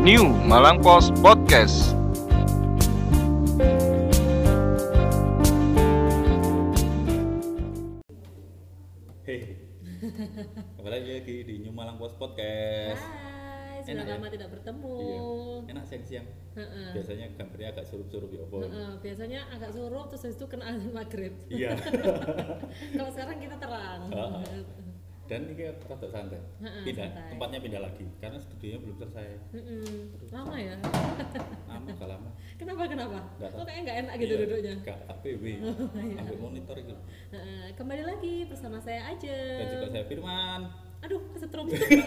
New Malang Post Podcast. Hei, kembali lagi di New Malang Post Podcast. Hai, sudah Enak lama ya? tidak bertemu. Iya, enak siang-siang. Heeh. Biasanya gambarnya agak surup-surup ya, apa? Biasanya agak surup terus habis itu kena azan maghrib. Iya. Kalau sekarang kita terang. Heeh. Dan ini kayak rada santai. Pindah, santai. tempatnya pindah lagi karena studionya belum selesai. Lama ya? Lama, gak lama. Kenapa? Nggak tahu. Kok kayaknya nggak enak gitu Iya, duduknya? Gak APW, Iya. ambil monitor gitu. Kembali lagi bersama saya aja. Dan juga saya Firman. Aduh, kesetrum.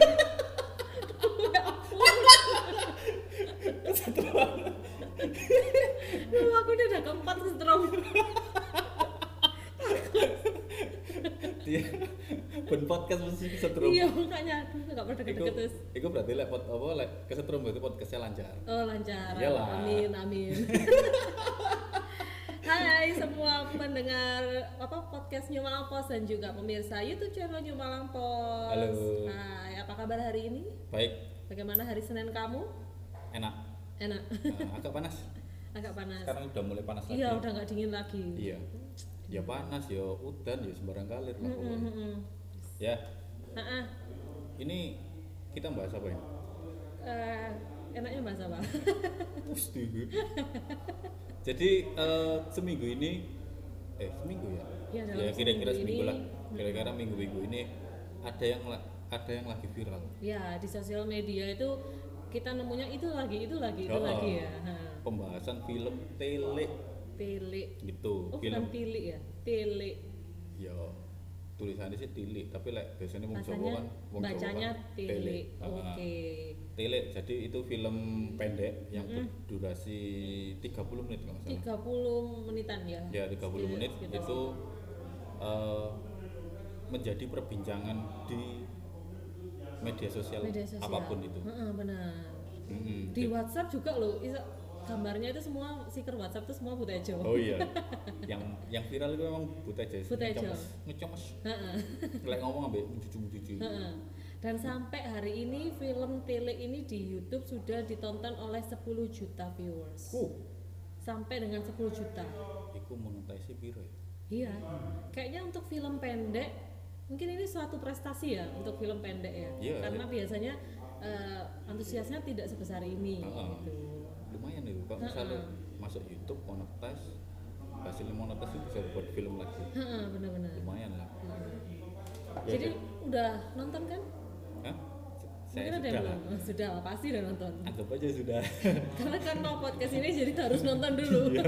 Duh, aku udah keempat kesetrum. Dia ben podcast mesti kesetrum. Iya, makanya aduh nggak pernah deket-deket terus. Iku berarti lek kesetrum berarti podcastnya lancar. Oh, lancar. Iyalah. Amin. Hai semua pendengar podcast New Malang Post dan juga pemirsa YouTube channel New Malang Post. Halo. Hai, apa kabar hari ini? Baik, Bagaimana hari Senin kamu? enak. Enak. Agak panas. Agak panas. Sekarang udah mulai panas lagi. Iya, udah nggak dingin lagi. Iya. Ya panas, ya udan, ya sembarang kalir lah pokoknya. Ya, Nah, ini kita bahas apa ini? enaknya bahas apa? Pasti. Jadi seminggu ini, seminggu ya? Iya, dalam Ya kira-kira seminggu seminggu ini. lah. Kira-kira minggu-minggu ini ada yang lagi viral. Ya, di sosial media itu kita nemunya itu lagi Oh, ya. Pembahasan film tele Tele. gitu. Oh, Film bukan tili ya? Tele. ya tulisannya sih tili, tapi biasanya wong Jawa Rasanya kan wong Jawa bacanya kan tele. Ah, Oke. Tele, jadi itu film pendek yang berdurasi 30 menit kalau nggak salah. 30 menitan ya. Ya 30 menit Sekitar itu menjadi perbincangan di media sosial, apapun itu. Benar. Mm-mm. Di WhatsApp juga loh. Gambarnya itu semua stiker WhatsApp itu semua Butejo. Oh iya, yang viral itu memang Butejo. Butejo. Ngecomes. Heeh. Lek ngomong ambek mencucu-mencucu. Heeh. Dan sampai hari ini film Tele ini di YouTube sudah ditonton oleh 10 juta viewers. Sampai dengan 10 juta. Iku monetisasi piro ya? Iya. Kayaknya untuk film pendek mungkin ini suatu prestasi ya untuk film pendek ya. Iya, Karena biasanya antusiasnya tidak sebesar ini Heeh. gitu. Lumayan itu kalau misalnya masuk YouTube monetis, hasil monetis itu bisa buat film lagi. Benar-benar. Lumayan lah. Ya, Jadi udah nonton kan? Hah? Mungkin Saya ada sudah yang lah. belum? Sudah, pasti udah nonton. Anggap aja sudah. Karena kan mau podcast ini jadi harus nonton dulu. Iya.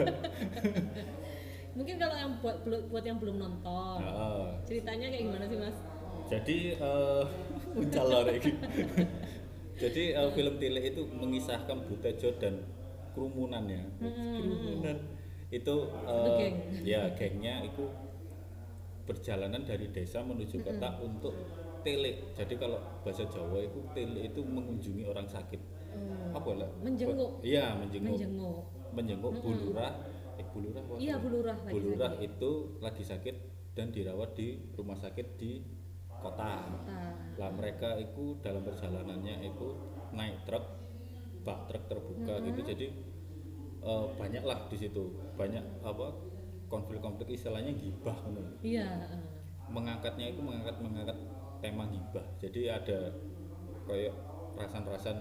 Mungkin kalau yang buat yang belum nonton, Heeh. ceritanya kayak gimana sih Mas? Jadi uncal lah iki. Jadi film Tile itu mengisahkan Butejo dan kerumunannya. Kerumunan itu geng. ya gengnya itu perjalanan dari desa menuju kota untuk tele. Jadi kalau bahasa Jawa itu tele itu mengunjungi orang sakit. Apa lah? Menjenguk. Iya, menjenguk. Menjenguk. Bulurah. Bulurah apa? Iya, bulurah lagi Bulurah sakit. itu lagi sakit dan dirawat di rumah sakit di kota. Lah mereka itu dalam perjalanannya itu naik truk, bak truk terbuka gitu. Jadi banyaklah di situ, banyak konflik-konflik istilahnya gibah gitu. Iya. Mengangkat tema gibah. Jadi ada kayak rasan-rasan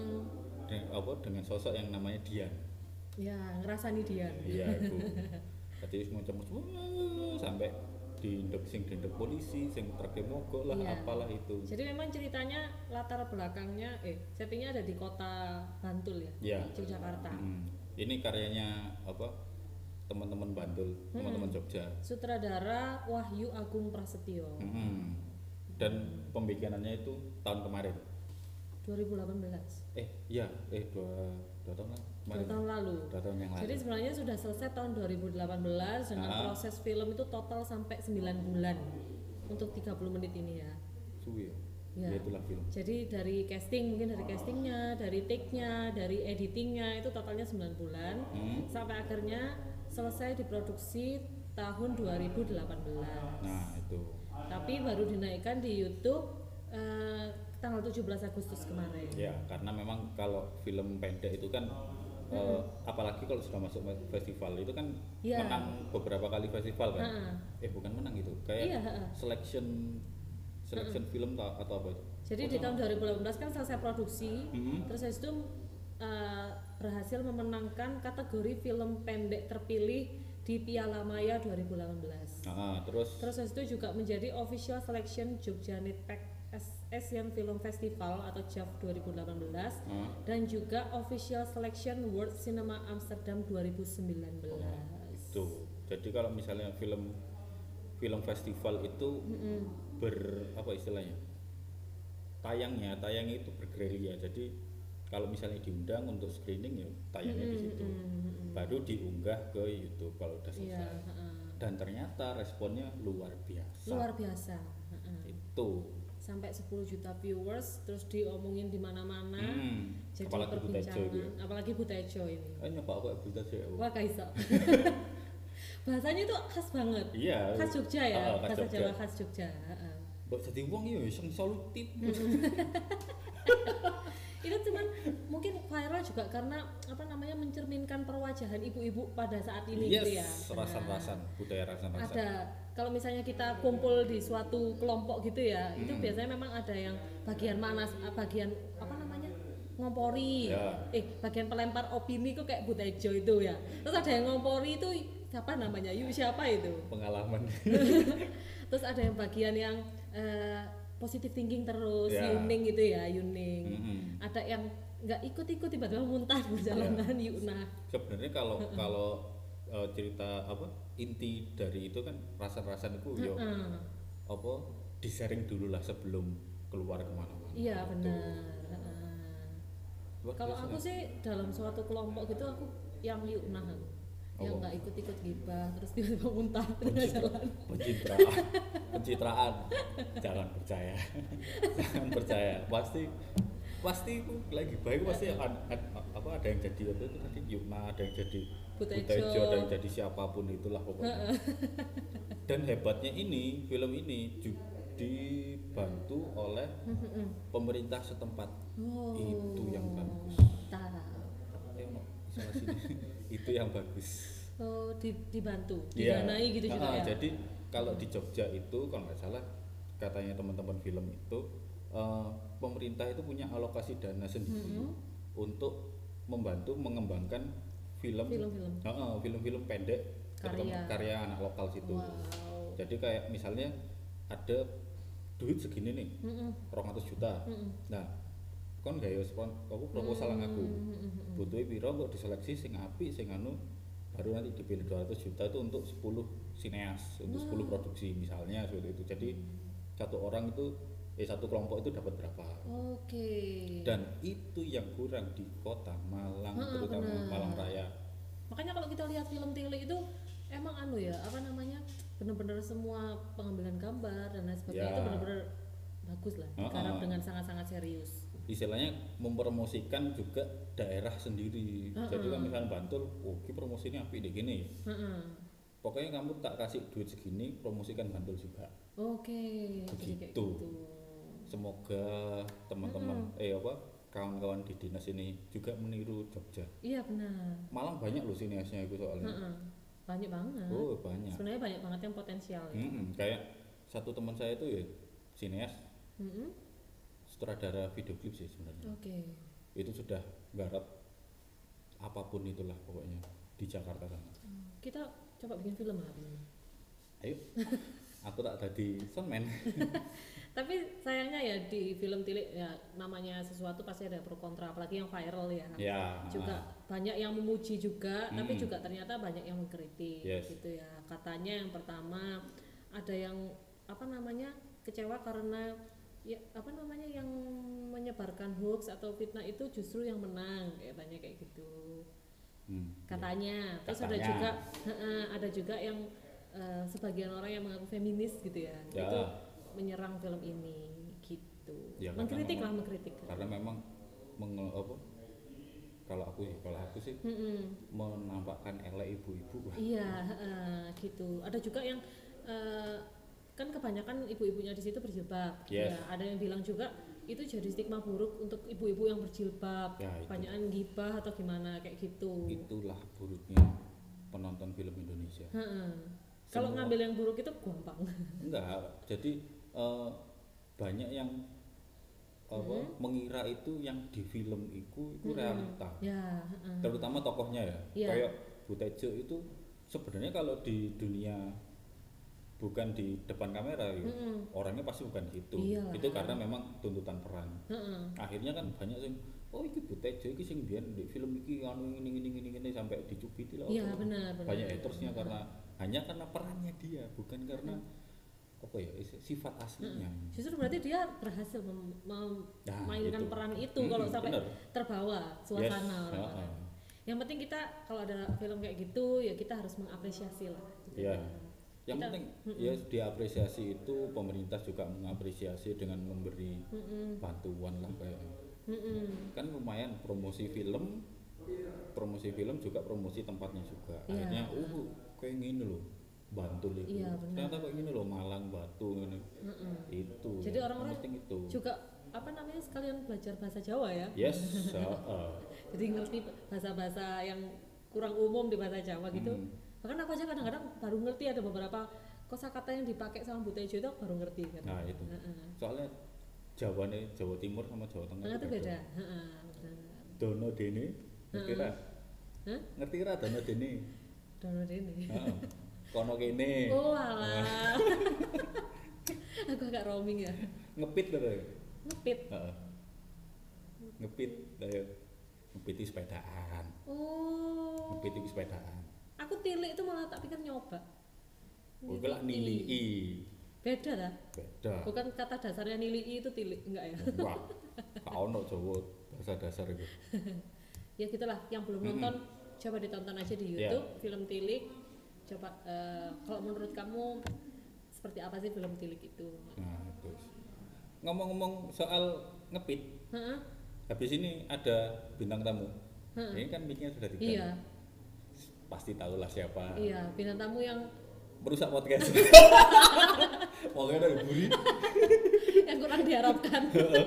dengan sosok yang namanya Dian. Ya, ngerasani dia. Iya itu. Jadi semacam sampai diindek polisi, sing truknya mogok lah, Iya. apalah itu. Jadi memang ceritanya latar belakangnya settingnya ada di kota Bantul ya, Iya. Yogyakarta. Ini karyanya teman-teman Bantul, teman-teman Jogja. Sutradara Wahyu Agung Prasetyo. Dan pembikinannya itu tahun kemarin. 2018. Iya, dua tahun lah. 2 tahun lalu. 2 tahun yang lalu. Jadi sebenarnya sudah selesai tahun 2018 dengan proses film itu total sampai 9 bulan untuk 30 menit ini ya. Suwi ya. Ya. Ya itulah film. Jadi dari casting, mungkin dari castingnya, dari take-nya, dari editingnya itu totalnya 9 bulan sampai akhirnya selesai diproduksi tahun 2018. Nah itu. Tapi baru dinaikkan di YouTube tanggal 17 Agustus kemarin. Ya, karena memang kalau film pendek itu kan apalagi kalau sudah masuk festival itu kan menang beberapa kali festival kan. Bukan menang gitu. Kayak selection film atau apa itu. Jadi di tahun 2018 kan selesai produksi, terus habis itu berhasil memenangkan kategori film pendek terpilih di Piala Maya 2018. Terus habis itu juga menjadi official selection Jogja Nitpek Asian Film Festival atau JAF 2018 dan juga official selection World Cinema Amsterdam 2019. Itu. Jadi kalau misalnya film festival itu apa istilahnya? Tayangnya itu bergerilya. Jadi kalau misalnya diundang untuk screening ya tayangnya di situ. Baru diunggah ke YouTube kalau udah selesai. Dan ternyata responnya luar biasa. Luar biasa. Itu sampai 10 juta viewers, terus diomongin di mana-mana. Jadi apalagi perbincangan, apalagi Butejo ini. Nyoba kok Butejo ya. Wah, kaiso. Bahasanya itu khas banget. Iya. Khas Jogja ya, khas bahasa Jogja. Jawa khas Jogja. Mbok dadi wong ya sing solutif. Itu cuman mungkin viral juga karena mencerminkan perwajahan ibu-ibu pada saat ini gitu ya. Rasan-rasan, budaya rasan-rasan. Ada kalau misalnya kita kumpul di suatu kelompok gitu ya, itu biasanya memang ada yang bagian bagian ngompori. Bagian pelempar opini kok kayak Butejo itu ya. Terus ada yang ngompori itu siapa namanya? Siapa itu? Pengalaman. Terus ada yang bagian yang positive thinking terus, Yuning gitu ya, Yuning. Ada yang nggak ikut-ikut tiba-tiba muntah di perjalanan Yuna. Sebenarnya kalau cerita inti dari itu kan rasan-rasan itu disaring dulu lah sebelum keluar kemana-mana. Iya benar. Kalau aku sih dalam suatu kelompok gitu aku yang Yuna yang nggak ikut-ikut gibah terus tiba-tiba muntah tengah jalan. Pencitraan jangan percaya pasti itu lagi baik pasti ada yang jadi itu tadi Yuna, ada yang jadi Butejo, ada yang jadi siapapun itulah pokoknya. Dan hebatnya film ini dibantu oleh pemerintah setempat. Itu yang bagus. Itu yang bagus. Dibantu, didanai gitu juga ya. Jadi kalau di Jogja itu kalau nggak salah katanya teman-teman film itu pemerintah itu punya alokasi dana sendiri untuk membantu mengembangkan film-film pendek karya anak lokal situ. Jadi kayak misalnya ada duit segini nih, 200 juta. Nah, kon gawe proposal nang aku. Butuhe piro kok diseleksi sing apik sing baru nanti dipilih 200 juta itu untuk 10 sineas, untuk 10 produksi misalnya seperti itu. Jadi satu orang itu satu kelompok itu dapat berapa? Dan itu yang kurang di kota Malang, terutama bener. Malang Raya. Makanya kalau kita lihat film Tili itu emang benar-benar semua pengambilan gambar dan lain sebagainya itu benar-benar bagus lah, digarap dengan sangat-sangat serius. Istilahnya mempromosikan juga daerah sendiri. Jadi kan misalnya Bantul, ini promosinya apik deh gini. Pokoknya kamu tak kasih duit segini, promosikan Bantul juga. Begitu. Semoga teman-teman kawan-kawan di dinas ini juga meniru Jogja. Iya benar. Malang banyak loh sineasnya itu soalnya. Banyak banget. Banyak. Sebenarnya banyak banget yang potensial. Ya. Kayak satu teman saya itu ya sineas, sutradara video klip sih sebenarnya. Itu sudah garap apapun itulah pokoknya di Jakarta sana. Kita coba bikin film lah. Ayo. Aku tak jadi soundman. Tapi sayangnya ya di film Tilik ya namanya sesuatu pasti ada pro kontra, apalagi yang viral ya. Juga banyak yang memuji juga, tapi juga ternyata banyak yang mengkritik gitu ya. Katanya yang pertama ada yang kecewa karena yang menyebarkan hoax atau fitnah itu justru yang menang, katanya kayak gitu. Katanya. Terus ada juga yang sebagian orang yang mengaku feminis gitu ya. Itu menyerang film ini gitu. Mengkritik. Karena memang kalau aku sih menampakkan elek ibu-ibu. Gitu. Ada juga yang kan kebanyakan ibu-ibunya di situ berjilbab. Ya, ada yang bilang juga itu jadi stigma buruk untuk ibu-ibu yang berjilbab, Ya, banyakan gibah atau gimana kayak gitu. Itulah buruknya penonton film Indonesia. Kalau ngambil yang buruk itu gampang. Enggak, jadi banyak yang mengira itu yang di film itu realita. Ya, Terutama tokohnya ya. Kayak Bu Tejo itu sebenarnya kalau di dunia bukan di depan kamera ya, orangnya pasti bukan gitu. Iya. Itu karena memang tuntutan peran. Akhirnya kan banyak yang iki Bu Tejo iki sing biyen di film iki anu ini sampai dicubiti lah. Iya, benar. Banyak hatersnya hanya karena perannya dia, bukan karena apa ya sifat aslinya. Justru berarti dia berhasil memainkan itu. peran itu kalau sampai terbawa suasana. Yes. Yang penting kita kalau ada film kayak gitu ya kita harus mengapresiasi lah. Iya. Yang penting ya diapresiasi itu, pemerintah juga mengapresiasi dengan memberi bantuan lah kayak. Kan lumayan promosi film juga promosi tempatnya juga. Akhirnya kayak gini loh. Bantul itu. Iya, ternyata kayak gini loh, Malang, Batu ini. Itu. Jadi orang-orang itu juga apa namanya sekalian belajar bahasa Jawa ya. Yes. Jadi ngerti bahasa-bahasa yang kurang umum di bahasa Jawa gitu. Bahkan aku aja kadang-kadang baru ngerti ada beberapa kosakata yang dipakai sama Bu Tejo itu baru ngerti kan. Nah itu. Soalnya Jawa Timur sama Jawa Tengah itu beda. Dono Dene, ngerti ra? Ngerti ra Dono Dene? Dono Dene. Kono kene. Oh alah. Aku agak roaming ya. Ngepit lho. Ngepit. Ngepit, ayo. Ngepit di sepedaan. Oh. Ngepit di sepedaan. Aku tilik itu malah tak pikir nyoba. Oh, kelak nilii. Beda lah. Beda. Bukan kata dasarnya nilii itu tilik, enggak ya? Wah. Kau ono Jawa bahasa dasar itu. Ya gitulah, yang belum nonton coba ditonton aja di YouTube film Tilik. Coba kalau menurut kamu seperti apa sih film Tilik itu? Nah, terus ngomong-ngomong soal ngepit. Habis ini ada bintang tamu. Ini kan mic-nya sudah diganti. Iya. Pasti tahulah siapa. Iya, bintang tamu yang merusak podcast. Pokoknya dari Buri. Yang kurang diharapkan.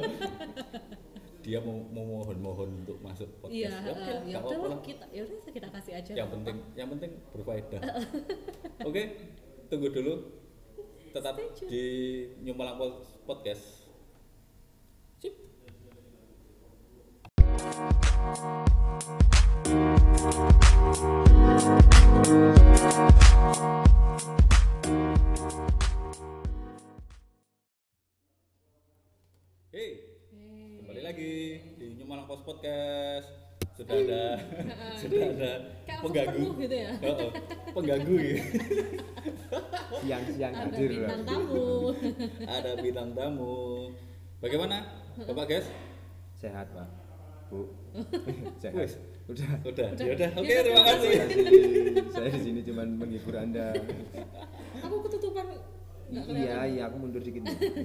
Dia mau mohon untuk masuk podcast. Iya, ya udah kita kasih aja. Yang penting berfaedah. Oke, tunggu dulu. Tetap di New Malang Podcast. Sip. Kembali lagi di New Malang Podcast. Sudah ada pengganggu gitu ya. Pengganggu gitu. Siang-siang Ada hadir. bintang tamu. Ada bintang tamu. Bagaimana, Bapak guys? Sehat, Pak. Bu. Sehat. Udah. Ya udah. Oke, terima kasih. Saya di sini cuma menghibur Anda. Aku ketutupan. Iya, aku mundur dikit.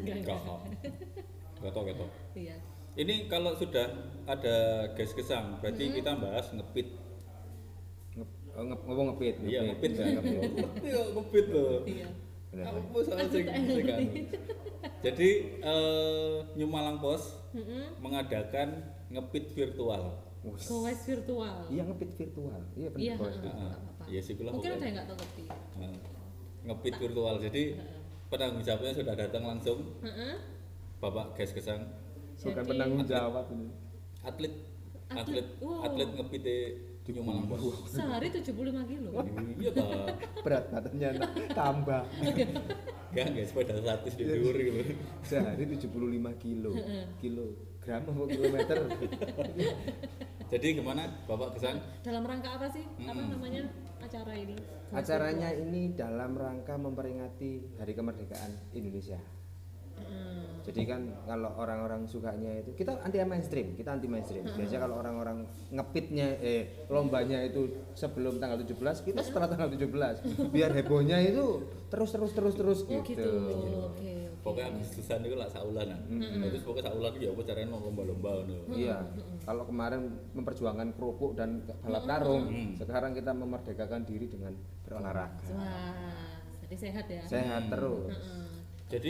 Getok. Iya. Ini kalau sudah ada guys kesang, berarti kita bahas ngepit. Ngomong ngepit. Iya, ngepit kan. Ngepit loh. Iya. Apa soal sing kan. Jadi New Malang Post mengadakan ngepit virtual. Gowes virtual. Iya, ngepit virtual. Iya, Iya, benar. Iya sih kula. Mungkin ada yang enggak tahu ngerti. Ngepit virtual. Jadi penanggung jawabnya sudah datang langsung. Bapak guys kesang. Bukan penanggung jawab ini. Atlet ngepit di New Malang Post. Sehari 75 kilo. Iya toh. Berat badannya tambah. Enggak sepeda 100 di dhuwur gitu. Sehari 75 kilo. Kilogram atau kilometer? Jadi gimana Bapak kesang? Dalam rangka apa sih? Apa namanya acara ini? Acaranya ini dalam rangka memperingati Hari Kemerdekaan Indonesia. Jadi kan kalau orang-orang sukanya itu kita anti mainstream. Biasanya kalau orang-orang ngepitnya lombanya itu sebelum tanggal 17, kita setelah tanggal 17. Biar hebohnya itu terus gitu. Oke. Pokoknya Agustusan itu lah saulanan. Terus pokoknya saulan itu ya apa caranya lomba-lomba ngono. Iya. Kalau kemarin memperjuangkan kerupuk dan balap karung, sekarang kita memerdekakan diri dengan berolahraga. Wah, jadi sehat ya. Sehat terus. Jadi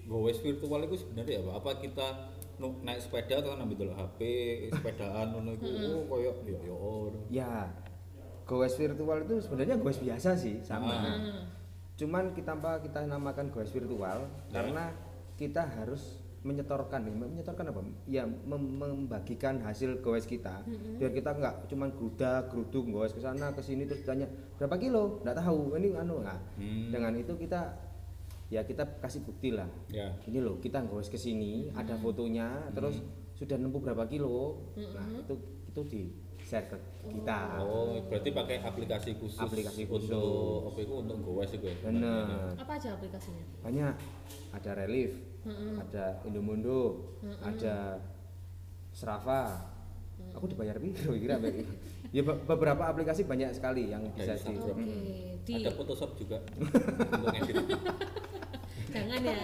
gowes virtual itu sebenarnya apa kita naik sepeda atau ngambil HP sepedaan ngono iku koyo ya gowes virtual itu sebenarnya gowes biasa sih sama. Cuman kita namakan gowes virtual karena kita harus menyetorkan apa? Ya membagikan hasil gowes kita. Biar kita enggak cuman geruduk gowes ke sana ke sini terus tanya berapa kilo, enggak tahu. Ini dengan itu kita kasih bukti lah. Ini loh kita gowes ke sini, ada fotonya, terus sudah nempuh berapa kilo. Nah, itu di share ke kita. Oh, berarti pakai aplikasi khusus. Untuk gowes itu ya. Benar. Apa aja aplikasinya? Banyak. Ada Relief, ada Indomundo, ada Strava. Aku dibayar piro kira ya beberapa aplikasi banyak sekali yang bisa ada Photoshop juga untuk edit. Jangan ya.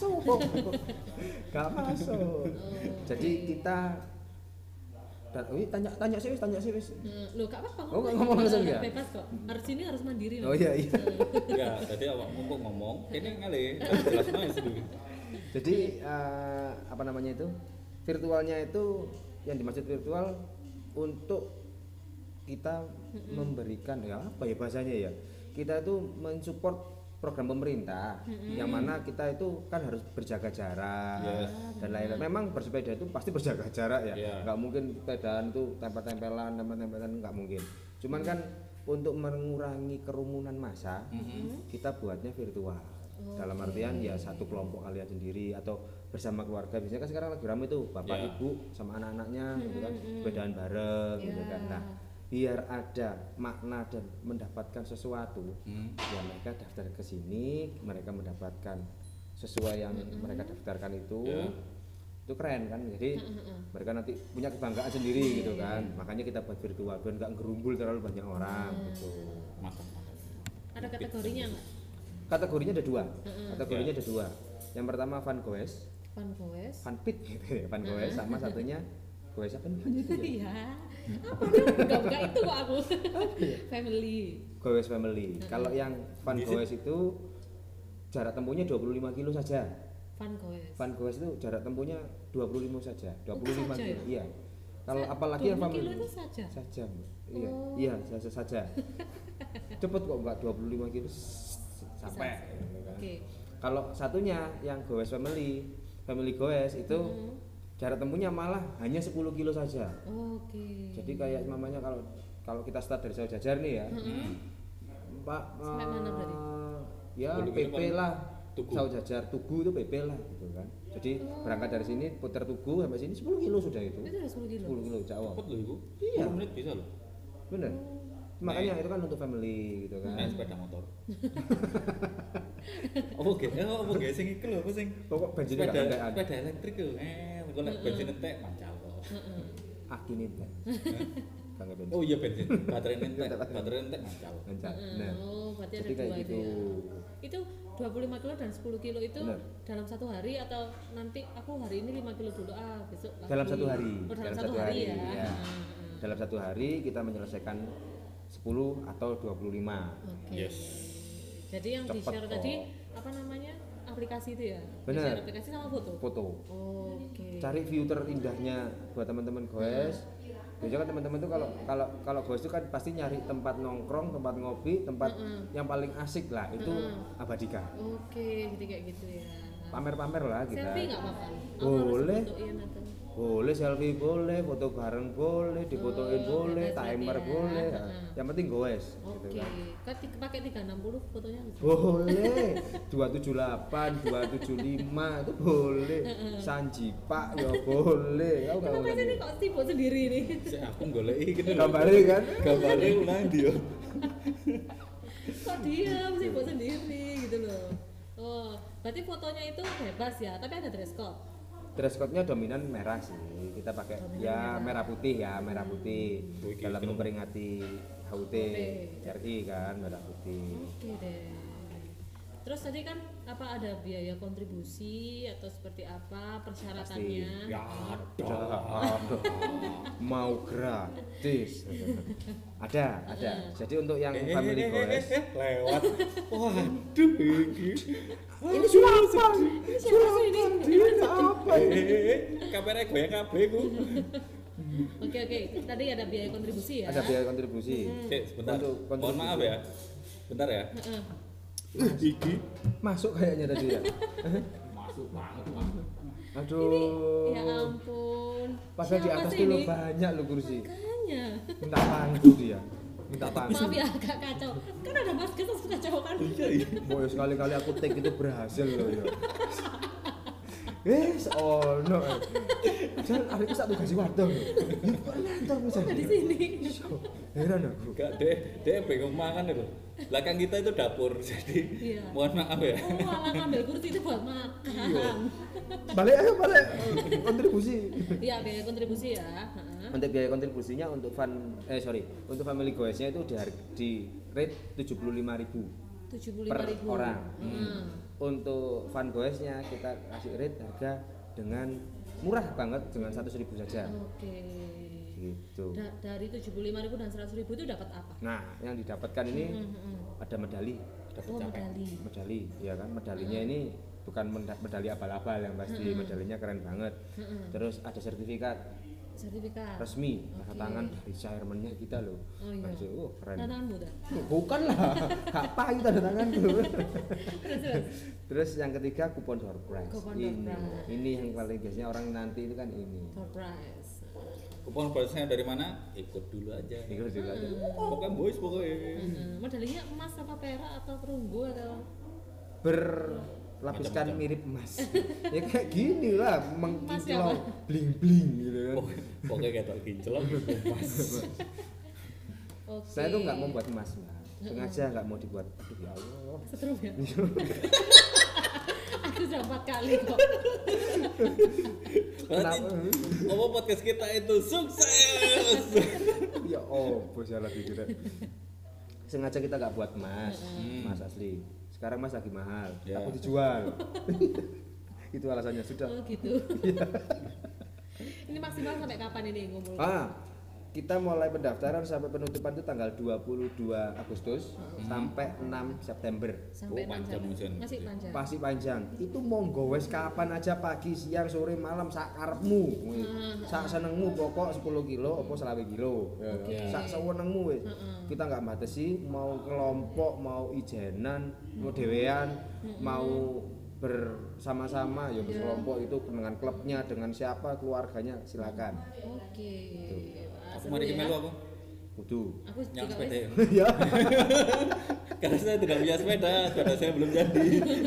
Gak masuk. Jadi kita tanya sih wis. Loh, gak apa-apa. Ngomong langsung ya. Bebas kok. Sini harus mandiri loh. Oh iya. Ya, tadi awakmu kok ngomong, ini ngale, jelas mas dulu. Jadi apa namanya itu? Virtualnya itu yang dimaksud virtual untuk kita memberikan apa ya bahasanya ya? Kita itu mensupport program pemerintah yang mana kita itu kan harus berjaga jarak dan lain-lain. Memang bersepeda itu pasti berjaga jarak ya, nggak mungkin sepedaan itu tempel-tempelan nggak mungkin. Cuman kan untuk mengurangi kerumunan massa kita buatnya virtual. Dalam artian ya satu kelompok kalian sendiri atau bersama keluarga. Biasanya kan sekarang lagi ramai tuh bapak ibu sama anak-anaknya gitu kan sepedaan bareng gitu kan. Nah, biar ada makna dan mendapatkan sesuatu ya mereka daftar ke sini, mereka mendapatkan sesuai yang mereka daftarkan itu keren kan, jadi mereka nanti punya kebanggaan sendiri gitu kan. Makanya kita buat virtual biar nggak ngerumbul terlalu banyak orang gitu. Ada kategorinya nggak? Kategorinya ada dua. Yang pertama fun goes, fun pit gitu ya, fun goes sama satunya goes apa namanya itu ya? Iya. Apa nih? Buka itu kok aku. Family. Goes family. Kalau yang fun goes itu jarak tempuhnya 25 kilo saja. Fun goes itu jarak tempuhnya 25 saja. 25 kilo. Iya. Kalau apalagi yang family kilo itu saja. Iya, saja. Cepet kok Mbak, 25 kilo sampai. Kalau satunya yang goes family goes itu jarak tempuhnya malah hanya 10 kilo saja. Jadi kayak mamanya kalau kita start dari Sawo Jajar nih ya. Pak sampai mana berarti? Ya PP lah. Sawo Jajar Tugu itu PP lah gitu kan. Jadi berangkat dari sini putar Tugu sampai sini 10 kilo sudah itu. Itu udah 10 kilo. 10 kilo jauh. Cepet loh itu. Iya. 10 menit bisa loh. Bener. Makanya itu kan untuk family gitu kan. Naik sepeda motor. Apa guys sing iku lho, apa sing pokok bensin kendaraan. Sepeda elektrik lho. Kok nek bensin entek mancal kok. Akine entek. Bensin. Oh iya bensin. Baterai entek mancal. Nah. Berarti ada dua itu ya. Itu 25 kilo dan 10 kilo itu dalam satu hari atau nanti aku hari ini 5 kilo dulu besok lagi. Dalam satu hari. Dalam satu hari ya. Dalam satu hari kita menyelesaikan 10 atau 25. Yes. Jadi yang di-share tadi apa namanya? Aplikasi itu ya? Benar. Aplikasi sama foto. Cari view terindahnya buat teman-teman goes. Biasanya kan teman-teman tuh kalau goes itu kan pasti nyari tempat nongkrong, tempat ngopi, tempat yang paling asik lah itu abadikan. Jadi kayak gitu ya. Pamer-pamer lah kita. Selfie nggak apa-apa? Boleh. Boleh selfie boleh, foto bareng boleh, difotoin boleh, timer boleh. Yang penting goes gitu kan. Kan pakai 360 fotonya bisa. Boleh. 278, 275 itu boleh. Sanji Pak ya boleh. Kenapa ini kok sibuk sendiri nih? Aku goleki gitu. Gambare kan? Gambare ulang dia. Kok diam sibuk sendiri gitu loh. Berarti fotonya itu bebas ya, tapi ada dress code. Dress code-nya dominan merah sih. Kita pakai merah putih. Dalam memperingati HUT RI kan merah putih. Oke deh. Terus tadi kan apa ada biaya kontribusi atau seperti apa persyaratannya? Ya ada. Mau gratis. Ada. Jadi untuk yang family goes lewat. Waduh ini sudah apa? Ini apa? Kamera goyang kabeh ku. Oke. Tadi ada biaya kontribusi ya? Ada biaya kontribusi. Sebentar. Untuk Mohon maaf ya. Bentar ya. Iki masuk kayaknya tadi ya. masuk banget. Aduh. Ya ampun. Padahal di Siapa atas sih tuh ini? banyak lo kursi. Makanya. Minta pangku dia. Minta pangku. Maaf ya agak kacau. Kan ada Mas kita suka kacau kan? Mau sekali-kali aku take itu berhasil loh ya. No. Jangan hari itu satu gaji wadon. Ya kok nonton misalnya. Di sini. Heran aku. Enggak deh bingung makan itu. Belakang kita itu dapur. Jadi Iya. mohon maaf ya. Oh, malah ngambil kursi itu buat makan. Balik. Kontribusi. Iya, biaya kontribusi ya. Untuk biaya kontribusinya untuk untuk family goesnya itu di rate 75.000 per orang. Untuk fun goesnya kita kasih rate harga dengan murah banget dengan 100.000 saja. Oke. Gitu. Dari 75.000 dan 100.000 itu dapat apa? Nah, yang didapatkan ini ada medali. Medali, ya kan? Medalinya ini bukan medali abal-abal yang pasti, medalinya keren banget. Terus ada sertifikat resmi tanda tangan dari chairman-nya kita loh. Oh iya. Keren. Tanda tanganmu dah. Bukan lah, apa itu tanda tanganku. Terus yang ketiga kupon door prize. Ini yang paling biasanya orang nanti itu kan ini. Door prize. Kupon prize-nya dari mana? Ikut dulu aja. Pokoknya boys pokoknya. Medalinya emas apa perak atau perunggu atau berlapiskan mirip emas. Ya kayak gini lah, mengkinclong Mas bling-bling gitu kan. Pokoknya kayak kinclong emas. Oke. Saya tuh nggak mau buat emas, Mbak. Sengaja nggak mau dibuat. Aduh ya Allah. Setrum ya. Aku sudah 4 kali kok. Apa podcast kita itu sukses. Ya bos ya lagi kita. Sengaja kita nggak buat emas, emas asli. Sekarang emas lagi mahal, aku dijual. Itu alasannya sudah. Oh gitu. Ini maksimal sampai kapan ini ngumpul? Kita mulai pendaftaran sampai penutupan itu tanggal 22 Agustus sampai 6 September. Sampai panjang. Masih panjang. Pasti panjang. Itu monggo wes kapan aja, pagi, siang, sore, malam, sak karepmu. Sak senengmu, pokok 10 kilo apa 20 kilo. Sak sewenengmu wes. Kita nggak batasi mau kelompok, mau ijenan, mau dewean, mau bersama-sama ya berkelompok itu dengan klubnya, dengan siapa, keluarganya silakan. Oke. Aku mari melu aku. Kudu. Aku Yang juga sepeda. Ya. Karena saya tidak punya sepeda saya belum jadi.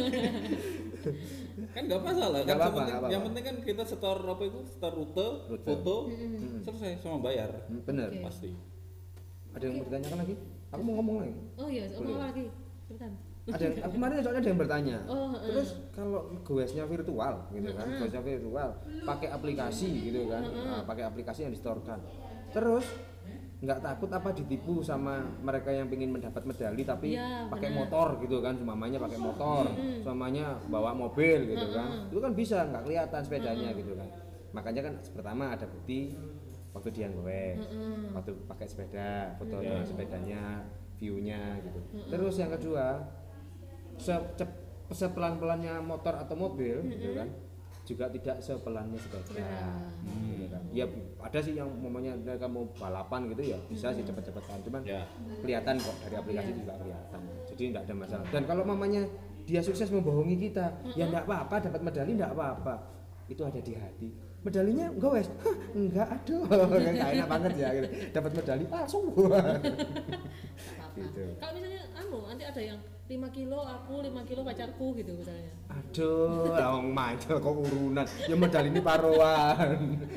Kan nggak masalah. Nggak Kan apa-apa. yang penting kan kita setor apa itu? Setor rute. Foto, selesai sama bayar. Bener. Oke. Pasti. Ada yang bertanyakan lagi? Aku mau ngomong lagi. Oh iya, ngomong apa lagi? Cepetan. Aku kemarin soalnya ada yang bertanya. Oh, terus kalau goesnya virtual gitu kan, goesnya virtual, pakai aplikasi gitu kan, pakai aplikasi yang distorkan. Terus nggak takut apa ditipu sama mereka yang ingin mendapat medali tapi ya, pakai motor gitu kan, semuanya pakai motor, semuanya bawa mobil gitu kan, itu kan bisa nggak kelihatan sepedanya gitu kan. Makanya kan pertama ada bukti waktu dia goes, waktu pakai sepeda, foto dengan sepedanya, viewnya gitu. Terus yang kedua sepelan-pelannya motor atau mobil gitu kan, juga tidak sepelannya sepeda. Gitu kan. Ya ada sih yang momennya mereka mau balapan gitu ya bisa sih cepet-cepetan, cuman kelihatan kok dari aplikasi juga kelihatan, jadi tidak ada masalah. Dan kalau mamanya dia sukses membohongi kita, ya enggak apa-apa, dapat medali enggak apa-apa, itu ada di hati. Medalinya enggak wes, enggak, aduh enggak enak banget ya gitu. Dapat medali palsu. Gitu. Kalau misalnya nanti ada yang 5 kilo aku, 5 kilo pacarku gitu misalnya. Aduh, wong mantel kok urunan. Ya medali ini paruan.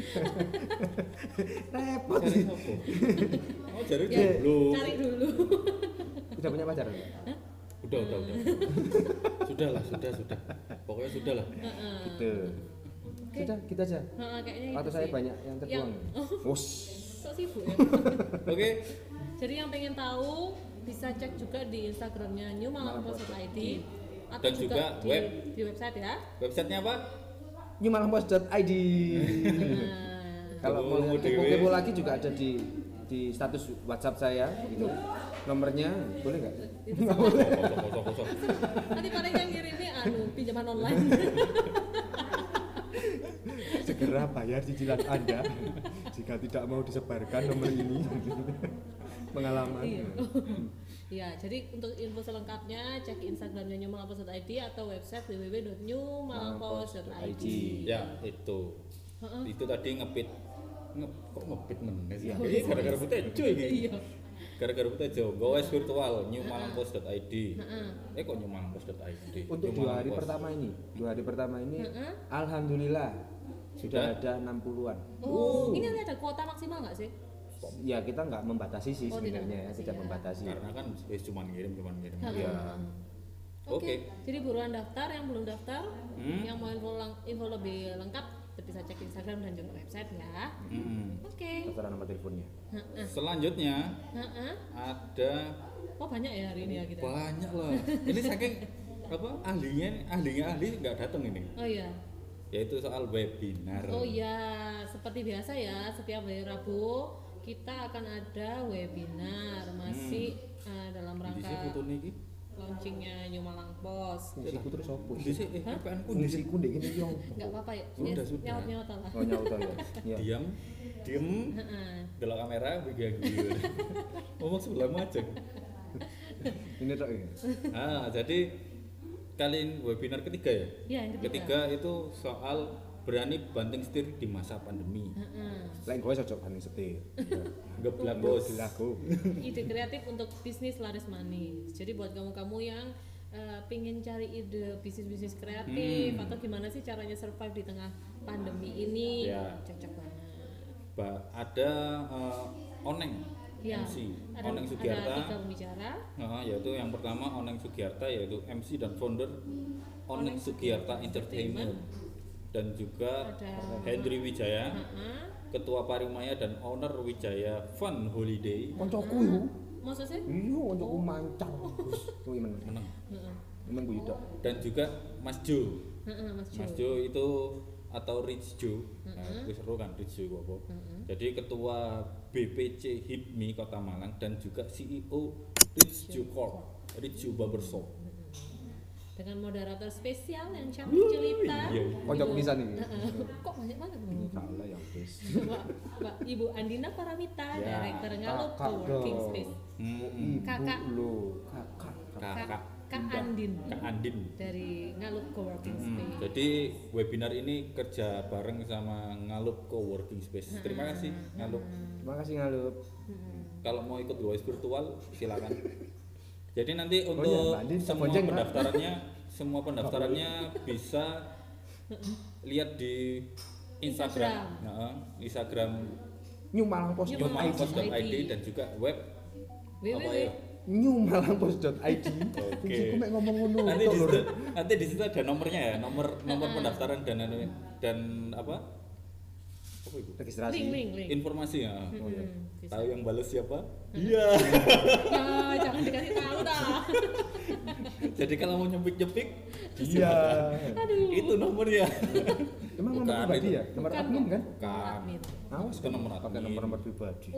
Repot sih. Oh, jadi Ya, dulu. cari dulu. Udah punya pacar? Udah. Sudah. Pokoknya sudah lah. Gitu. Sudah, kita aja. Kayaknya Waktu itu saya sih. banyak yang terbuang. Us. Sok sibuk ya. Oke. Jadi yang pengen tahu bisa cek juga di Instagramnya New Malang Post.id atau dan juga di website ya. Websitenya apa? newmalangpost.id. Kalau mau kepo lagi juga ada di status WhatsApp saya gitu. Nomornya boleh nggak? Nggak boleh. Nanti paling yang ngirimnya pinjaman online. Segera bayar cicilan Anda jika tidak mau disebarkan nomor ini. Pengalaman. Ya, jadi untuk info selengkapnya cek Instagramnya newmalangpost.id atau website www.newmalangpost.id. Ya, itu. Itu tadi ngepit meneh sih. Gara-gara Butejo iki. Iya. Gara-gara Butejo, gowes virtual newmalangpost.id. Kok newmalangpost.id? Untuk 2 hari pertama ini, alhamdulillah sudah ada 60-an. Ini ada kuota maksimal nggak sih? Ya kita nggak membatasi sih sebenarnya, tidak membatasi. Karena kan cuma ngirim. Iya. Oke. Jadi buruan daftar, yang belum daftar, yang mau info lebih lengkap bisa cek Instagram dan juga website ya. Oke. Daftar nomor teleponnya. Selanjutnya ada banyak ya hari ini ya kita. Banyak lah. Ini saking ahlinya nggak datang ini. Oh iya. Yaitu soal webinar. Oh iya, seperti biasa ya, setiap hari Rabu kita akan ada webinar masih dalam rangka launchingnya New Malang Post. Ngisiku terus opo? Ngisiku ndek kene yo. Enggak apa-apa ya. Sudah. Nyaut lah. Oh nyaut ya. Diam. Delok kamera begitu. Ngomong sebelahmu aja. Ini tok ya. Jadi kali ini webinar ketiga ya? Iya, yang ketiga itu soal berani banting setir di masa pandemi. Lain gue cocok banting setir. Geblak bos. Ide kreatif untuk bisnis laris manis. Jadi buat kamu-kamu yang pengen cari ide bisnis kreatif atau gimana sih caranya survive di tengah pandemi ini, cocok banget. Ada Oneng. Ya, MC Oneng Sugiarta. Ada 3 pembicara. Yaitu yang pertama Oneng Sugiarta, yaitu MC dan founder Oneng Sugiarta Entertainment. Dan juga ada Hendri Wijaya, Ketua Parimaya dan owner Wijaya Fun Holiday. Koncoku yo. Maksudnya? Iya, koncoku mancar. Kuwi meneng. Meneng kuwi tok. Dan juga Mas Jo. Mas Jo itu atau Rich Jo. Nah, itu seru kan Rich Jo apa? Jadi ketua BPC HIPMI Kota Malang dan juga CEO Rich Jo Corp, Rich Jo Barbershop. Dengan moderator spesial yang cantik jelita. Kocok pisan iki. Kok banyak banget nih? Salah ya, Bes. Mbak Ibu Andina Paramita, Direktur Ngalup Working Space. Kakak Kak Andin dari Ngalup Coworking Space. Jadi webinar ini kerja bareng sama Ngalup Coworking Space. Terima kasih Ngalup. Terima kasih Ngalup. Kalau mau ikut goes virtual silakan. Jadi nanti untuk semua pendaftarannya bisa lihat di Instagram newmalangpost.id dan juga web newmalangpost.id. Oke. Mek ngomong ngono. Nanti di situ ada nomornya ya, nomor pendaftaran dan apa? Registrasi. Link. Informasi ya. Tahu yang balas siapa? Iya. Jangan dikasih tahu dah. Jadi kalau mau nyepik iya. Itu nomornya. Emang nomor pribadi ya? Nomor admin kan? Bukan. Awas kan nomor admin. Pakai nomor pribadi.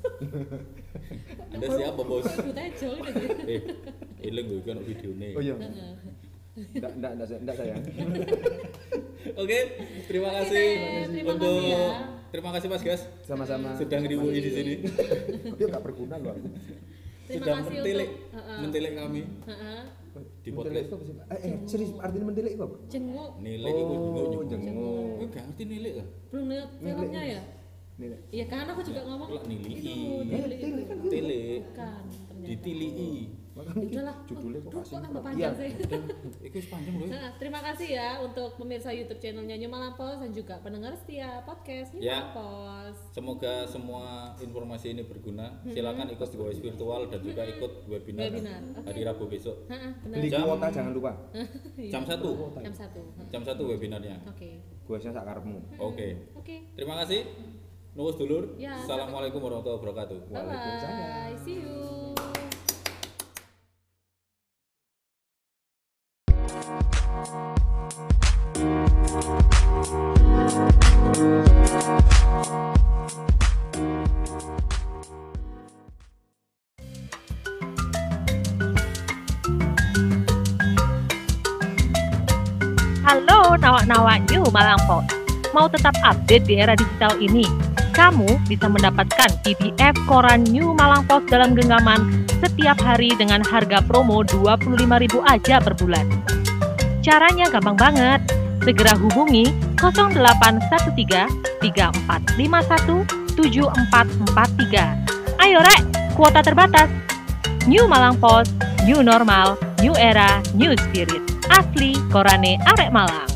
Anda siapa, Bos? Butejo gitu. Ilang gue kan videone. Oh iya. Enggak sayang. Oke, terima kasih terima kasih Mas Gas. Sama-sama. Sudah ngeriwui di sini. Dia enggak berguna loh. Sudah mentilik kami. Di podcast. Serius artinya mentilik itu apa? Jenguk. Nilai itu jenguk. Jenguk. Enggak ngerti nilai lah. Belum lihat filmnya ya? Nilai. Iya kan aku juga ngomong. Nilai. Tele. Kan ternyata. Ditilii. Udahlah, judulnya kok kasih. Tambah panjang sih. Itu panjang loh. Terima kasih ya untuk pemirsa YouTube channelnya New Malang Post dan juga pendengar setia podcast New Malang Post. Semoga semua informasi ini berguna. Silakan ikut goes virtual dan juga ikut webinar. Hari Rabu besok. Beli kuota jangan lupa. Jam 1. Jam 1 webinarnya. Oke. Goesnya sak karepmu. Oke. Terima kasih. Nuwun dulur. Assalamualaikum warahmatullahi wabarakatuh. Bye. See you. Penawa New Malang Post. Mau tetap update di era digital ini? Kamu bisa mendapatkan PDF koran New Malang Post dalam genggaman setiap hari dengan harga promo 25.000 aja per bulan. Caranya gampang banget. Segera hubungi 0813 3451 7443. Ayo rek, kuota terbatas. New Malang Post, New Normal, New Era, New Spirit. Asli Korane Arek Malang.